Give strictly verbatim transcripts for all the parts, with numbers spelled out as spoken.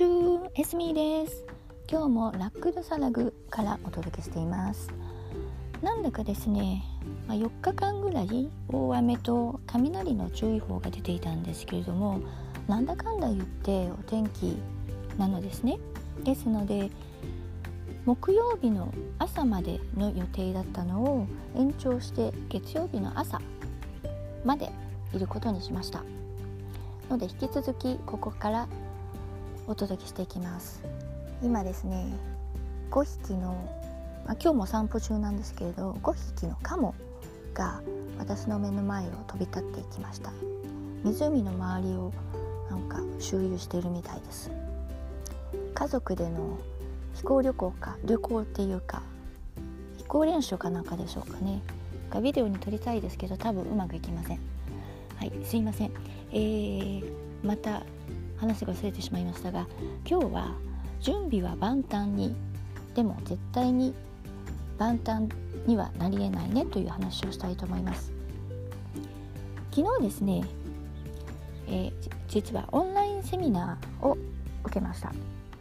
チューエスミーです。今日もラックドサラグからお届けしています。なんだかですね、まあ、よっかかんぐらい大雨と雷の注意報が出ていたんですけれども、なんだかんだ言ってお天気なのですね。ですので木曜日の朝までの予定だったのを延長して月曜日の朝までいることにしましたので、引き続きここからお届けしていきます。今ですね、ごひきの、まあ、今日も散歩中なんですけれど、ごひきのカモが私の目の前を飛び立っていきました。湖の周りをなんか周遊しているみたいです。家族での飛行旅行か旅行っていうか飛行練習かなんかでしょうかねがビデオに撮りたいですけど、多分うまくいきません。はい、すいません。えー、また話が忘れてしまいましたが、今日は準備は万端に、でも絶対に万端にはなり得ないねという話をしたいと思います。昨日ですね、えー、実はオンラインセミナーを受けました。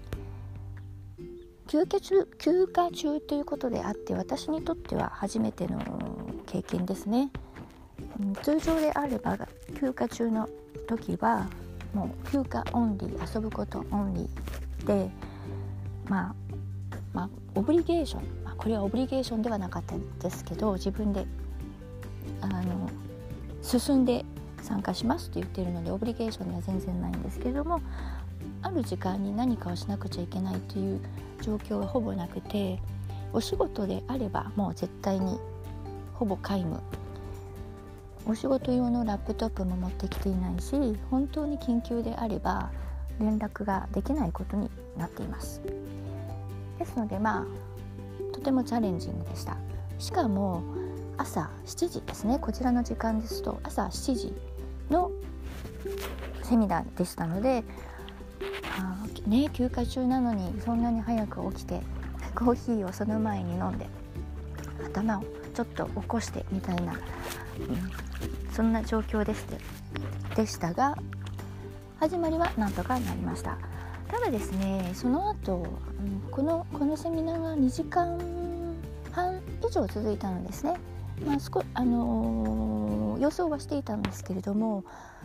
休暇中、休暇中ということであって、私にとっては初めての経験ですね。通常であれば休暇中の時はもう休暇オンリー、遊ぶことオンリーで、まあ、まあオブリゲーション、まあ、これはオブリゲーションではなかったんですけど、自分であの進んで参加しますと言っているので、オブリゲーションでは全然ないんですけれども、ある時間に何かをしなくちゃいけないという状況はほぼなくて、お仕事であればもう絶対にほぼ皆無、お仕事用のラップトップも持ってきていないし、本当に緊急であれば連絡ができないことになっています。ですので、まあとてもチャレンジングでした。しかも朝しちじですね、こちらの時間ですと朝しちじのセミナーでしたので、あね、休暇中なのにそんなに早く起きてコーヒーをその前に飲んで頭をちょっと起こしてみたいな、うん、そんな状況でしたでしたが、始まりはなんとかなりました。ただですね、その後、うん、このこのセミナーがにじかんはん以上続いたのですね。まあ、少あのー、予想はしていたんですけれども、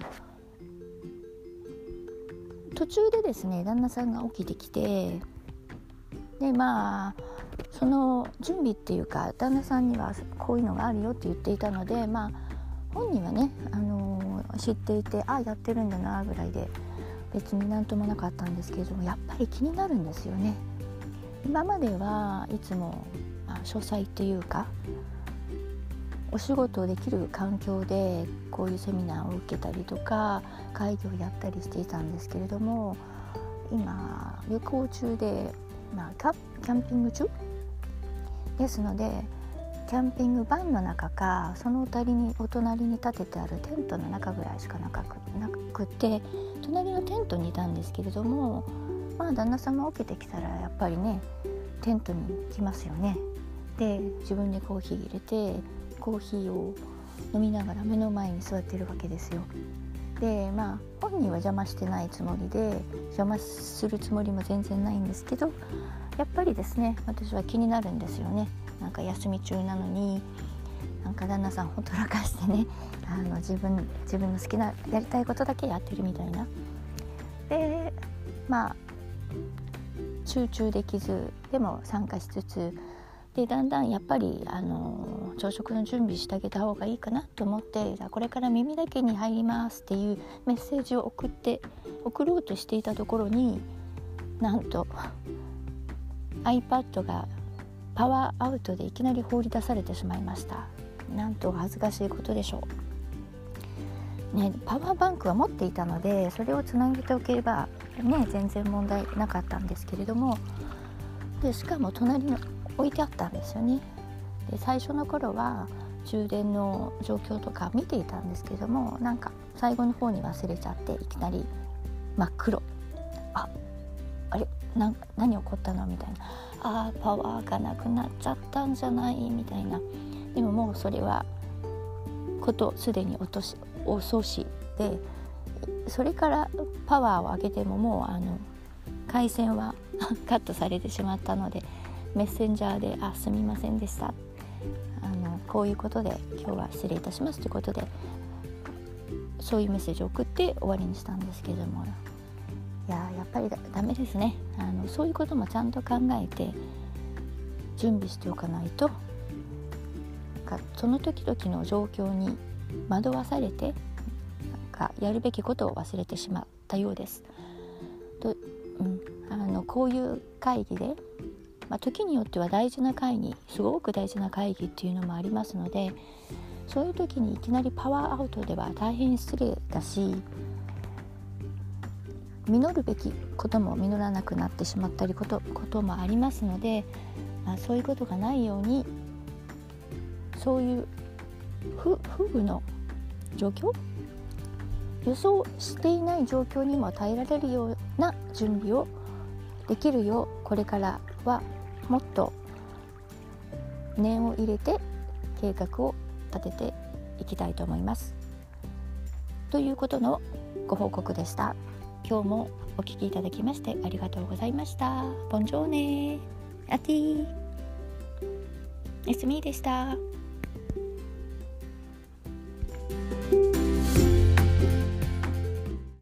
途中でですね、旦那さんが起きてきて、でまあその準備っていうか、旦那さんにはこういうのがあるよって言っていたので、まあ本人はね、あのー、知っていて、あやってるんだなぐらいで別になんともなかったんですけれども、やっぱり気になるんですよね。今まではいつも、まあ、書斎っていうかお仕事をできる環境でこういうセミナーを受けたりとか会議をやったりしていたんですけれども、今旅行中で、まあ、キャ、キャンピング中ですので、キャンピングバンの中かそのお隣にお隣に立ててあるテントの中ぐらいしかなくなくて、隣のテントにいたんですけれども、まあ旦那様起きてきたらやっぱりねテントに来ますよね。で自分でコーヒー入れてコーヒーを飲みながら目の前に座っているわけですよ。でまあ本人は邪魔してないつもりで、邪魔するつもりも全然ないんですけど、やっぱりですね、私は気になるんですよね。なんか休み中なのになんか旦那さんほったらかしてね、あの自分自分の好きなやりたいことだけやってるみたいな。でまあ集中できずでも参加しつつで、だんだんやっぱりあの朝食の準備してあげた方がいいかなと思って、これから耳だけに入りますっていうメッセージを送って送ろうとしていたところに、なんと iPad がパワーアウトでいきなり放り出されてしまいました。なんと恥ずかしいことでしょう、ね、パワーバンクは持っていたのでそれをつなげておければ、ね、全然問題なかったんですけれども、でしかも隣に置いてあったんですよね。で最初の頃は充電の状況とか見ていたんですけれども、なんか最後の方に忘れちゃっていきなり真っ黒、ああれな何起こったのみたいな、あーパワーがなくなっちゃったんじゃないみたいな。でももうそれはことすでに落とし遅しで、それからパワーを上げてももうあの回線はカットされてしまったので、メッセンジャーであすみませんでした、あのこういうことで今日は失礼いたしますということで、そういうメッセージを送って終わりにしたんですけども、いややっぱりだダメですね。あのそういうこともちゃんと考えて準備しておかないと、なんかその時々の状況に惑わされて、なんかやるべきことを忘れてしまったようですと、うん、あのこういう会議で、まあ、時によっては大事な会議、すごく大事な会議っていうのもありますので、そういう時にいきなりパワーアウトでは大変失礼だし、実るべきことも実らなくなってしまったりこと、こともありますので、まあ、そういうことがないように、そういう不不遇の状況、予想していない状況にも耐えられるような準備をできるよう、これからはもっと念を入れて計画を立てていきたいと思います。ということのご報告でした。今日もお聞きいただきましてありがとうございました。ボンジョーネ、アティエスミーでした。